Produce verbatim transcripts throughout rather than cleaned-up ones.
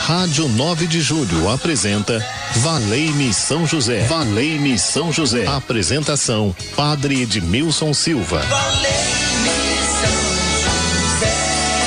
Rádio nove de Julho apresenta Valei-me São José. Valei-me São José. Apresentação: Padre Edmilson Silva. Valei-me São José.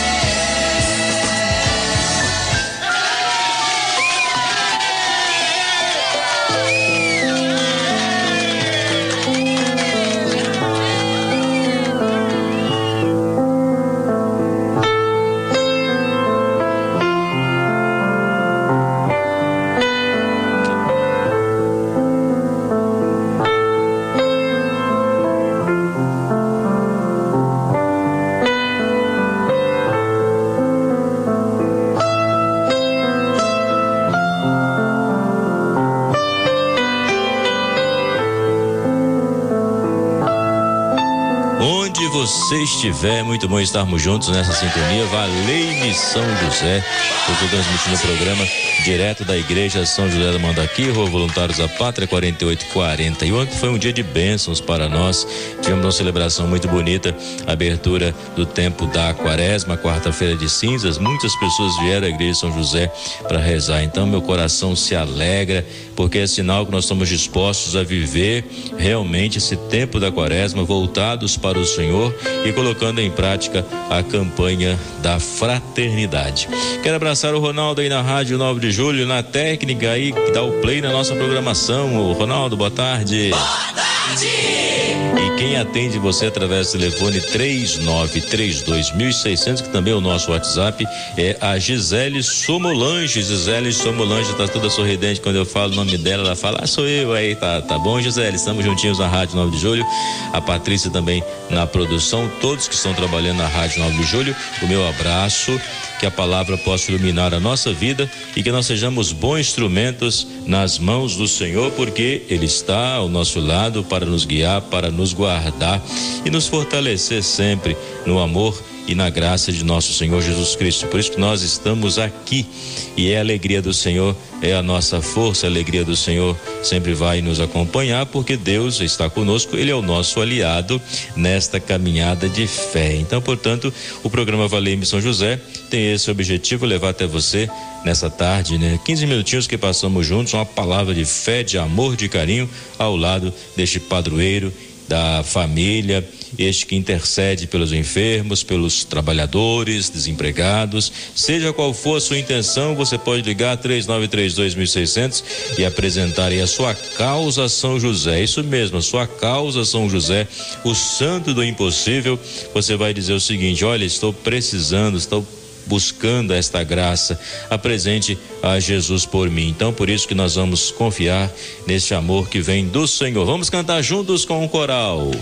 Você estiver, muito bom estarmos juntos nessa sintonia. Valei-me São José. Eu estou transmitindo o programa direto da Igreja São José do Mandaqui, Rua Voluntários da Pátria, quarenta e oito quarenta. E ontem foi um dia de bênçãos para nós. Tivemos uma celebração muito bonita, abertura do tempo da Quaresma, quarta-feira de cinzas. Muitas pessoas vieram à Igreja São José para rezar. Então meu coração se alegra, porque é sinal que nós estamos dispostos a viver realmente esse tempo da Quaresma, voltados para o Senhor e colocando em prática a campanha da fraternidade. Quero abraçar o Ronaldo aí na Rádio nove de Julho, na técnica aí, que dá o play na nossa programação. O Ronaldo, boa tarde. Boa tarde. E quem atende você através do telefone três nove três dois mil e seiscentos, que também é o nosso WhatsApp, é a Gisele Somolange. Gisele Somolange tá toda sorridente quando eu falo o nome dela, ela fala, ah, sou eu aí, tá, tá bom, Gisele, estamos juntinhos na Rádio nove de Julho, a Patrícia também na produção, todos que estão trabalhando na Rádio nove de Julho, o meu abraço, que a palavra possa iluminar a nossa vida e que nós sejamos bons instrumentos nas mãos do Senhor, porque Ele está ao nosso lado para nos guiar, para nos guardar e nos fortalecer sempre no amor e na graça de nosso Senhor Jesus Cristo. Por isso que nós estamos aqui, e é a alegria do Senhor, é a nossa força. A alegria do Senhor sempre vai nos acompanhar, porque Deus está conosco, Ele é o nosso aliado nesta caminhada de fé. Então, portanto, o programa Valei-me São José tem esse objetivo, levar até você nessa tarde, né? quinze minutinhos que passamos juntos, uma palavra de fé, de amor, de carinho, ao lado deste padroeiro da família, este que intercede pelos enfermos, pelos trabalhadores, desempregados. Seja qual for a sua intenção, você pode ligar três nove três dois mil e seiscentos e apresentar aí a sua causa São José. Isso mesmo, a sua causa São José, o santo do impossível. Você vai dizer o seguinte: olha, estou precisando, estou buscando esta graça, apresente a Jesus por mim. Então, por isso que nós vamos confiar neste amor que vem do Senhor. Vamos cantar juntos com o coral.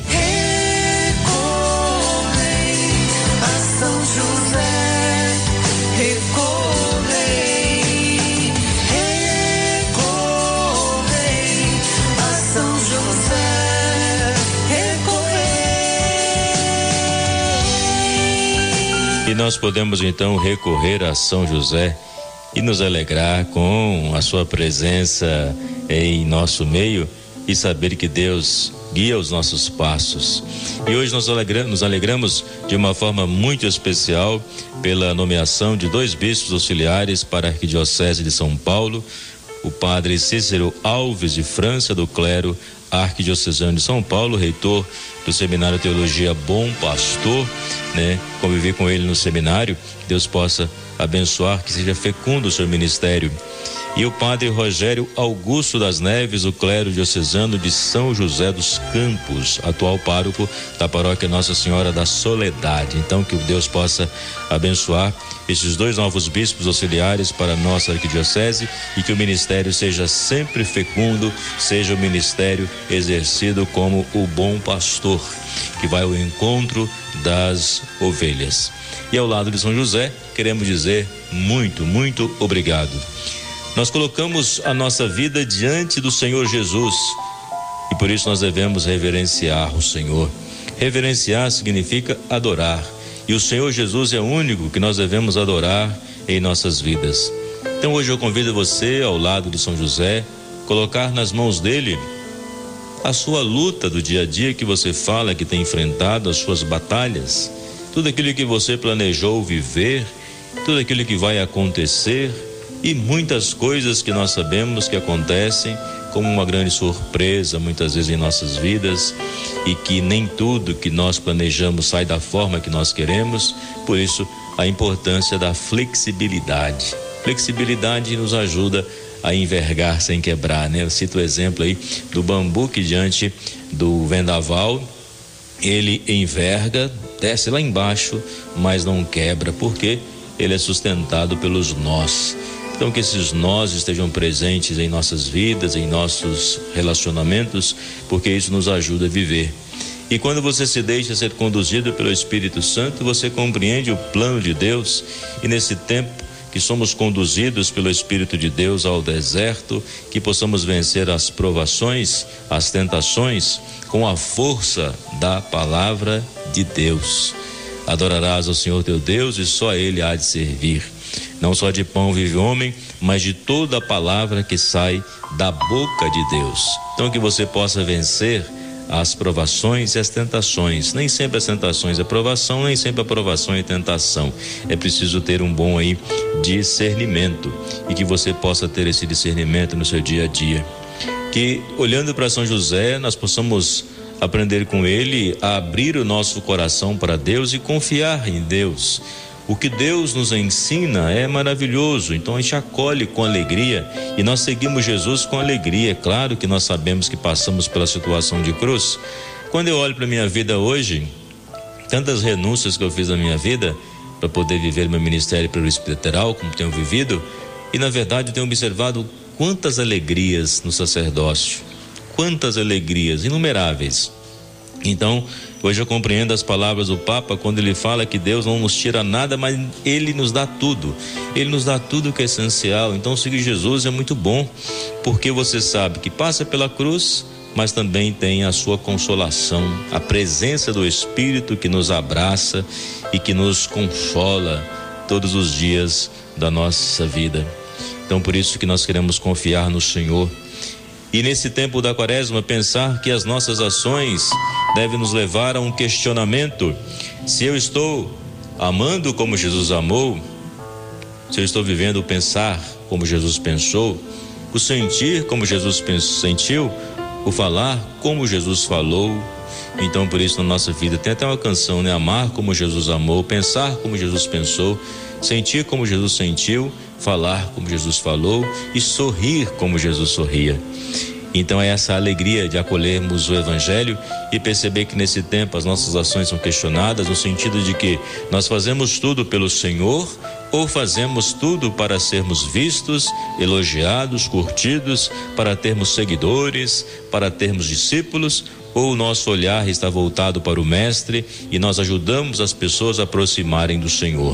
E nós podemos então recorrer a São José e nos alegrar com a sua presença em nosso meio e saber que Deus guia os nossos passos. E hoje nós alegramos, nos alegramos de uma forma muito especial pela nomeação de dois bispos auxiliares para a Arquidiocese de São Paulo, o padre Cícero Alves de França, do clero arquidiocesano de São Paulo, reitor do Seminário Teologia Bom Pastor, né? Convivi com ele no seminário, que Deus possa abençoar, que seja fecundo o seu ministério. E o padre Rogério Augusto das Neves, o clero diocesano de São José dos Campos, atual pároco da paróquia Nossa Senhora da Soledade. Então, que Deus possa abençoar esses dois novos bispos auxiliares para a nossa arquidiocese e que o ministério seja sempre fecundo, seja o ministério exercido como o bom pastor, que vai ao encontro das ovelhas. E ao lado de São José, queremos dizer muito, muito obrigado. Nós colocamos a nossa vida diante do Senhor Jesus e por isso nós devemos reverenciar o Senhor. Reverenciar significa adorar, e o Senhor Jesus é o único que nós devemos adorar em nossas vidas. Então hoje eu convido você, ao lado de São José, colocar nas mãos dele a sua luta do dia a dia que você fala que tem enfrentado, as suas batalhas, tudo aquilo que você planejou viver, tudo aquilo que vai acontecer, e muitas coisas que nós sabemos que acontecem como uma grande surpresa muitas vezes em nossas vidas, e que nem tudo que nós planejamos sai da forma que nós queremos. Por isso a importância da flexibilidade. Flexibilidade nos ajuda a envergar sem quebrar, né? Eu cito o exemplo aí do bambu, que diante do vendaval ele enverga, desce lá embaixo, mas não quebra, porque ele é sustentado pelos nós. Então, que esses nós estejam presentes em nossas vidas, em nossos relacionamentos, porque isso nos ajuda a viver. E quando você se deixa ser conduzido pelo Espírito Santo, você compreende o plano de Deus, e nesse tempo que somos conduzidos pelo Espírito de Deus ao deserto, que possamos vencer as provações, as tentações, com a força da palavra de Deus. Adorarás ao Senhor teu Deus e só a Ele há de servir. Não só de pão vive o homem, mas de toda a palavra que sai da boca de Deus. Então, que você possa vencer as provações e as tentações. Nem sempre as tentações é provação, nem sempre a provação é tentação. É preciso ter um bom aí discernimento, e que você possa ter esse discernimento no seu dia a dia. Que, olhando para São José, nós possamos aprender com ele a abrir o nosso coração para Deus e confiar em Deus. O que Deus nos ensina é maravilhoso, então a gente acolhe com alegria e nós seguimos Jesus com alegria. É claro que nós sabemos que passamos pela situação de cruz. Quando eu olho para a minha vida hoje, tantas renúncias que eu fiz na minha vida para poder viver meu ministério presbiteral como tenho vivido, e na verdade eu tenho observado quantas alegrias no sacerdócio, quantas alegrias inumeráveis. Então, hoje eu compreendo as palavras do Papa quando ele fala que Deus não nos tira nada, mas Ele nos dá tudo. Ele nos dá tudo que é essencial. Então, seguir Jesus é muito bom, porque você sabe que passa pela cruz, mas também tem a sua consolação, a presença do Espírito que nos abraça e que nos consola todos os dias da nossa vida. Então, por isso que nós queremos confiar no Senhor. E nesse tempo da quaresma, pensar que as nossas ações devem nos levar a um questionamento. Se eu estou amando como Jesus amou, se eu estou vivendo o pensar como Jesus pensou, o sentir como Jesus sentiu, o falar como Jesus falou. Então, por isso, na nossa vida tem até uma canção, né? Amar como Jesus amou, pensar como Jesus pensou, sentir como Jesus sentiu, falar como Jesus falou e sorrir como Jesus sorria. Então é essa alegria de acolhermos o Evangelho e perceber que nesse tempo as nossas ações são questionadas, no sentido de que nós fazemos tudo pelo Senhor ou fazemos tudo para sermos vistos, elogiados, curtidos, para termos seguidores, para termos discípulos, ou o nosso olhar está voltado para o Mestre e nós ajudamos as pessoas a aproximarem do Senhor.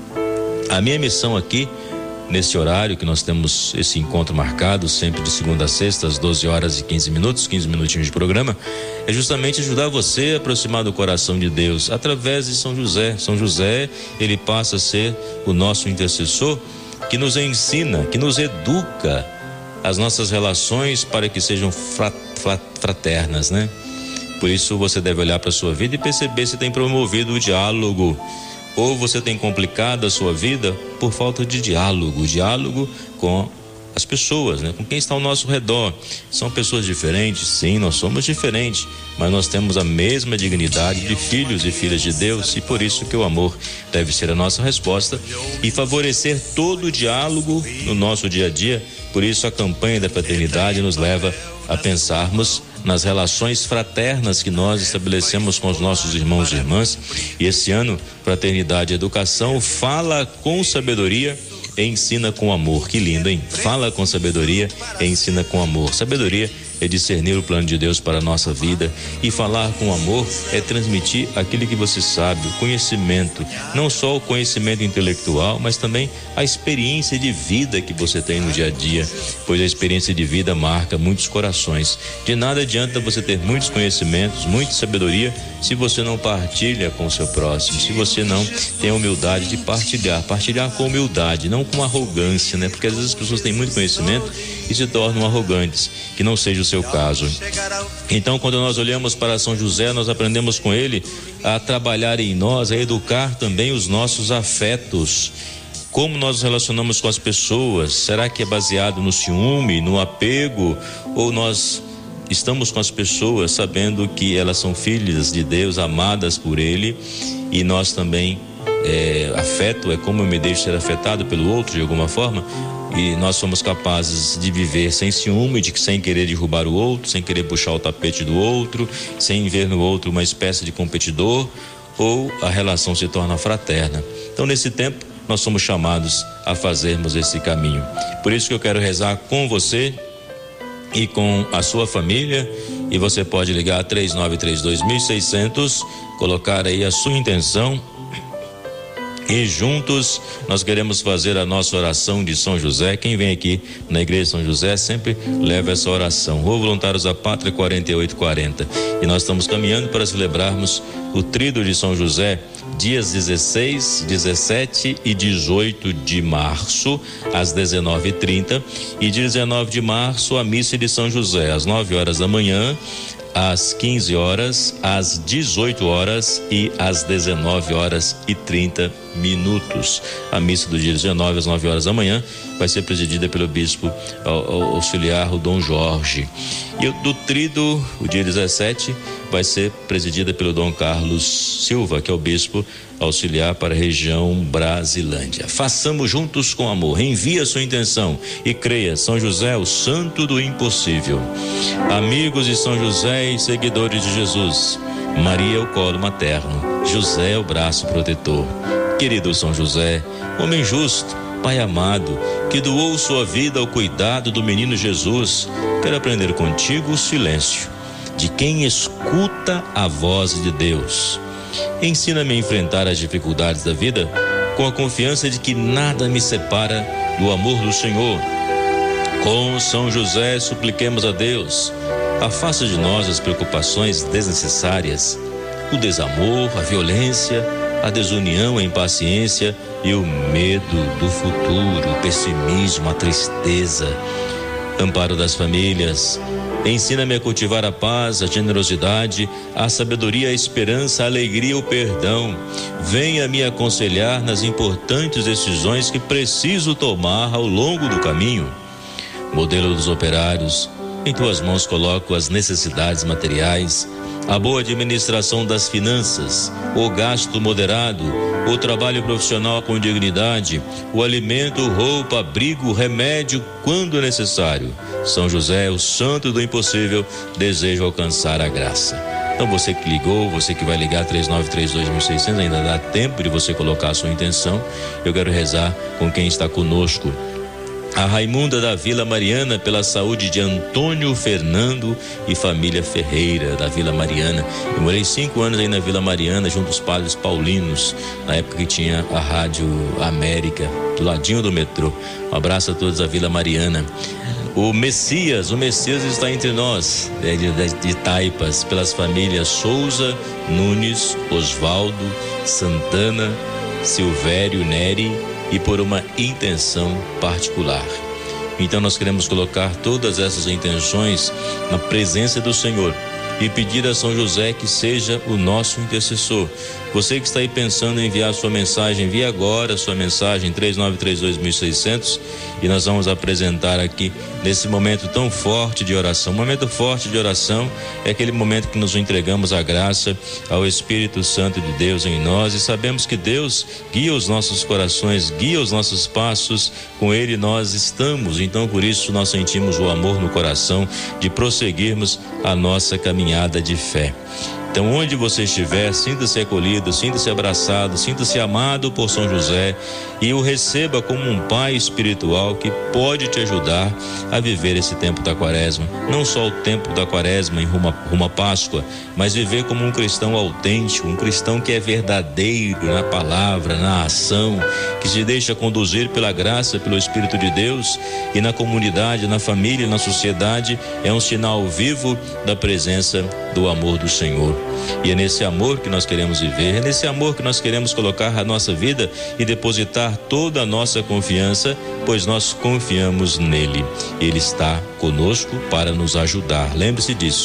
A minha missão aqui, nesse horário que nós temos esse encontro marcado, sempre de segunda a sexta, às doze horas e quinze minutos, quinze minutinhos de programa, é justamente ajudar você a aproximar do coração de Deus, através de São José. São José, ele passa a ser o nosso intercessor, que nos ensina, que nos educa as nossas relações para que sejam fraternas, né? Por isso você deve olhar para a sua vida e perceber se tem promovido o diálogo, ou você tem complicado a sua vida por falta de diálogo, diálogo com as pessoas, né? Com quem está ao nosso redor. São pessoas diferentes, sim, nós somos diferentes, mas nós temos a mesma dignidade de filhos e filhas de Deus, e por isso que o amor deve ser a nossa resposta e favorecer todo o diálogo no nosso dia a dia. Por isso a campanha da fraternidade nos leva a pensarmos nas relações fraternas que nós estabelecemos com os nossos irmãos e irmãs. E esse ano, Fraternidade e Educação, fala com sabedoria e ensina com amor. Que lindo, hein? Fala com sabedoria e ensina com amor. Sabedoria é discernir o plano de Deus para a nossa vida, e falar com amor é transmitir aquilo que você sabe, o conhecimento, não só o conhecimento intelectual, mas também a experiência de vida que você tem no dia a dia, pois a experiência de vida marca muitos corações. De nada adianta você ter muitos conhecimentos, muita sabedoria, se você não partilha com o seu próximo, se você não tem a humildade de partilhar, partilhar com humildade, não com arrogância, né? Porque às vezes as pessoas têm muito conhecimento e se tornam arrogantes, que não seja o seu caso. Então, quando nós olhamos para São José, nós aprendemos com ele a trabalhar em nós, a educar também os nossos afetos. Como nós nos relacionamos com as pessoas? Será que é baseado no ciúme, no apego, ou nós estamos com as pessoas sabendo que elas são filhas de Deus, amadas por Ele, e nós também, é, afeto é como eu me deixo ser afetado pelo outro de alguma forma, e nós somos capazes de viver sem ciúme, de, sem querer derrubar o outro, sem querer puxar o tapete do outro, sem ver no outro uma espécie de competidor, ou a relação se torna fraterna. Então, nesse tempo, nós somos chamados a fazermos esse caminho. Por isso que eu quero rezar com você e com a sua família, e você pode ligar três nove três dois mil e seiscentos, colocar aí a sua intenção, e juntos nós queremos fazer a nossa oração de São José. Quem vem aqui na igreja de São José sempre leva essa oração. O Voluntários da Pátria quarenta e oito quarenta. E nós estamos caminhando para celebrarmos o Tríduo de São José, dias dezesseis, dezessete e dezoito de março, às dezenove e trinta, e dezenove de março a missa de São José, às nove horas da manhã, às quinze horas, às dezoito horas e às dezenove horas e trinta minutos. A missa do dia dezenove, às nove horas da manhã, vai ser presidida pelo bispo auxiliar, o Dom Jorge. E o do Tríduo, o dia dezessete, vai ser presidida pelo Dom Carlos Silva, que é o bispo auxiliar para a região Brasilândia. Façamos juntos com amor. Envie a sua intenção e creia. São José, o santo do impossível. Amigos de São José e seguidores de Jesus, Maria é o colo materno, José é o braço protetor. Querido São José, homem justo, Pai amado, que doou sua vida ao cuidado do menino Jesus, quero aprender contigo o silêncio de quem escuta a voz de Deus. Ensina-me a enfrentar as dificuldades da vida com a confiança de que nada me separa do amor do Senhor. Com São José supliquemos a Deus, afasta de nós as preocupações desnecessárias, o desamor, a violência, a desunião, a impaciência e o medo do futuro, o pessimismo, a tristeza. Amparo das famílias, ensina-me a cultivar a paz, a generosidade, a sabedoria, a esperança, a alegria, o perdão. Venha me aconselhar nas importantes decisões que preciso tomar ao longo do caminho. Modelo dos operários, em tuas mãos coloco as necessidades materiais, a boa administração das finanças, o gasto moderado, o trabalho profissional com dignidade, o alimento, roupa, abrigo, remédio quando necessário. São José, o santo do impossível, deseja alcançar a graça. Então você que ligou, você que vai ligar três nove três dois mil e seiscentos, ainda dá tempo de você colocar a sua intenção. Eu quero rezar com quem está conosco. A Raimunda da Vila Mariana, pela saúde de Antônio Fernando e família Ferreira da Vila Mariana. Eu morei cinco anos aí na Vila Mariana, junto aos padres paulinos, na época que tinha a Rádio América, do ladinho do metrô. Um abraço a todos da Vila Mariana. O Messias, o Messias está entre nós, é de, de, de Taipas, pelas famílias Souza, Nunes, Osvaldo, Santana, Silvério, Neri, e por uma intenção particular. Então nós queremos colocar todas essas intenções na presença do Senhor e pedir a São José que seja o nosso intercessor. Você que está aí pensando em enviar sua mensagem, envie agora a sua mensagem três nove três dois mil e seiscentos, e nós vamos apresentar aqui nesse momento tão forte de oração. Um momento forte de oração é aquele momento que nos entregamos à graça, ao Espírito Santo de Deus em nós, e sabemos que Deus guia os nossos corações, guia os nossos passos, com Ele nós estamos. Então por isso nós sentimos o amor no coração de prosseguirmos a nossa caminhada de fé. Então, onde você estiver, sinta-se acolhido, sinta-se abraçado, sinta-se amado por São José e o receba como um pai espiritual que pode te ajudar a viver esse tempo da quaresma. Não só o tempo da quaresma em rumo, rumo à Páscoa, mas viver como um cristão autêntico, um cristão que é verdadeiro na palavra, na ação, que se deixa conduzir pela graça, pelo Espírito de Deus, e na comunidade, na família, na sociedade, é um sinal vivo da presença do amor do Senhor. E é nesse amor que nós queremos viver, é nesse amor que nós queremos colocar a nossa vida e depositar toda a nossa confiança, pois nós confiamos nele. Ele está conosco para nos ajudar. Lembre-se disso.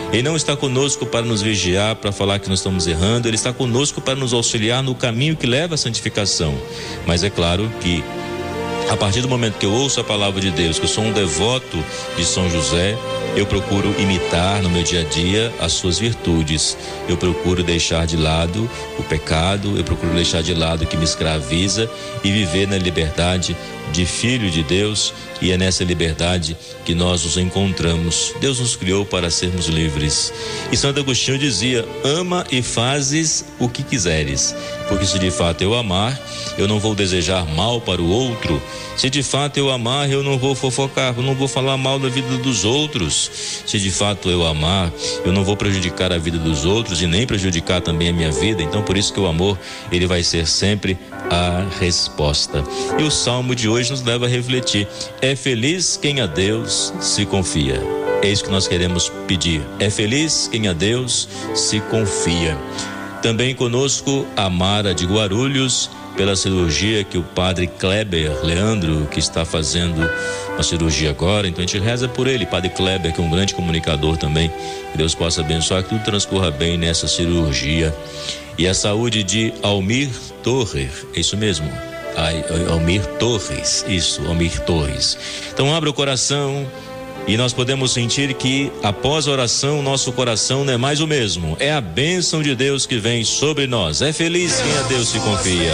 Ele não está conosco para nos vigiar, para falar que nós estamos errando. Ele está conosco para nos auxiliar no caminho que leva à santificação. Mas é claro que a partir do momento que eu ouço a palavra de Deus, que eu sou um devoto de São José, eu procuro imitar no meu dia a dia as suas virtudes. Eu procuro deixar de lado o pecado, eu procuro deixar de lado o que me escraviza e viver na liberdade de filho de Deus, e é nessa liberdade que nós nos encontramos. Deus nos criou para sermos livres. E Santo Agostinho dizia: ama e fazes o que quiseres, porque se de fato eu amar, eu não vou desejar mal para o outro. Se de fato eu amar, eu não vou fofocar, eu não vou falar mal da vida dos outros. Se de fato eu amar, eu não vou prejudicar a vida dos outros e nem prejudicar também a minha vida. Então por isso que o amor, ele vai ser sempre a resposta. E o Salmo de hoje nos leva a refletir: é feliz quem a Deus se confia. É isso que nós queremos pedir. É feliz quem a Deus se confia. Também conosco a Mara de Guarulhos, pela cirurgia que o padre Kleber Leandro, que está fazendo uma cirurgia agora. Então a gente reza por ele, padre Kleber, que é um grande comunicador também. Que Deus possa abençoar, que tudo transcorra bem nessa cirurgia. E a saúde de Almir Torres, é isso mesmo? Ai, Almir Torres, isso, Almir Torres. Então abra o coração e nós podemos sentir que após a oração, nosso coração não é mais o mesmo. É a bênção de Deus que vem sobre nós. É feliz quem a Deus se confia.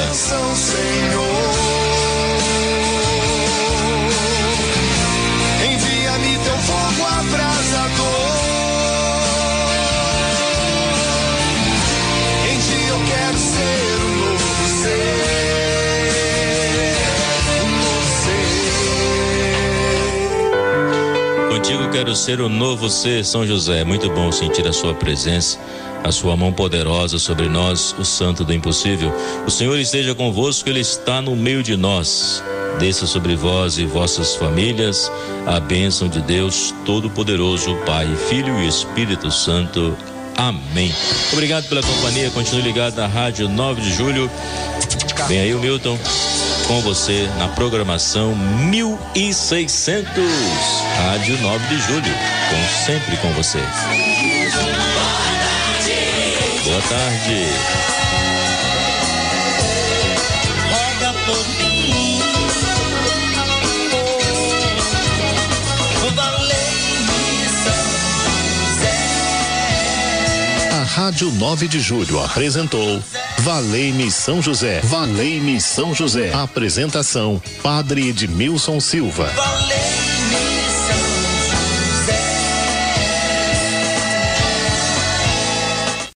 Envia-me teu fogo abrasador. Em ti eu quero ser um novo ser, um novo ser. Contigo quero ser o novo ser, São José. É muito bom sentir a sua presença, a sua mão poderosa sobre nós, o santo do impossível. O Senhor esteja convosco, Ele está no meio de nós. Desça sobre vós e vossas famílias a bênção de Deus Todo-Poderoso, Pai, Filho e Espírito Santo. Amém. Obrigado pela companhia. Continue ligado na Rádio nove de Julho. Vem aí o Milton com você na programação mil e seiscentos. Rádio nove de Julho, com sempre com você. Boa tarde. Roga por mim, oh, valei-me São José. A Rádio nove de Julho apresentou Valei-me São José. Valei-me São José. Apresentação: Padre Edmilson Silva. Valei-me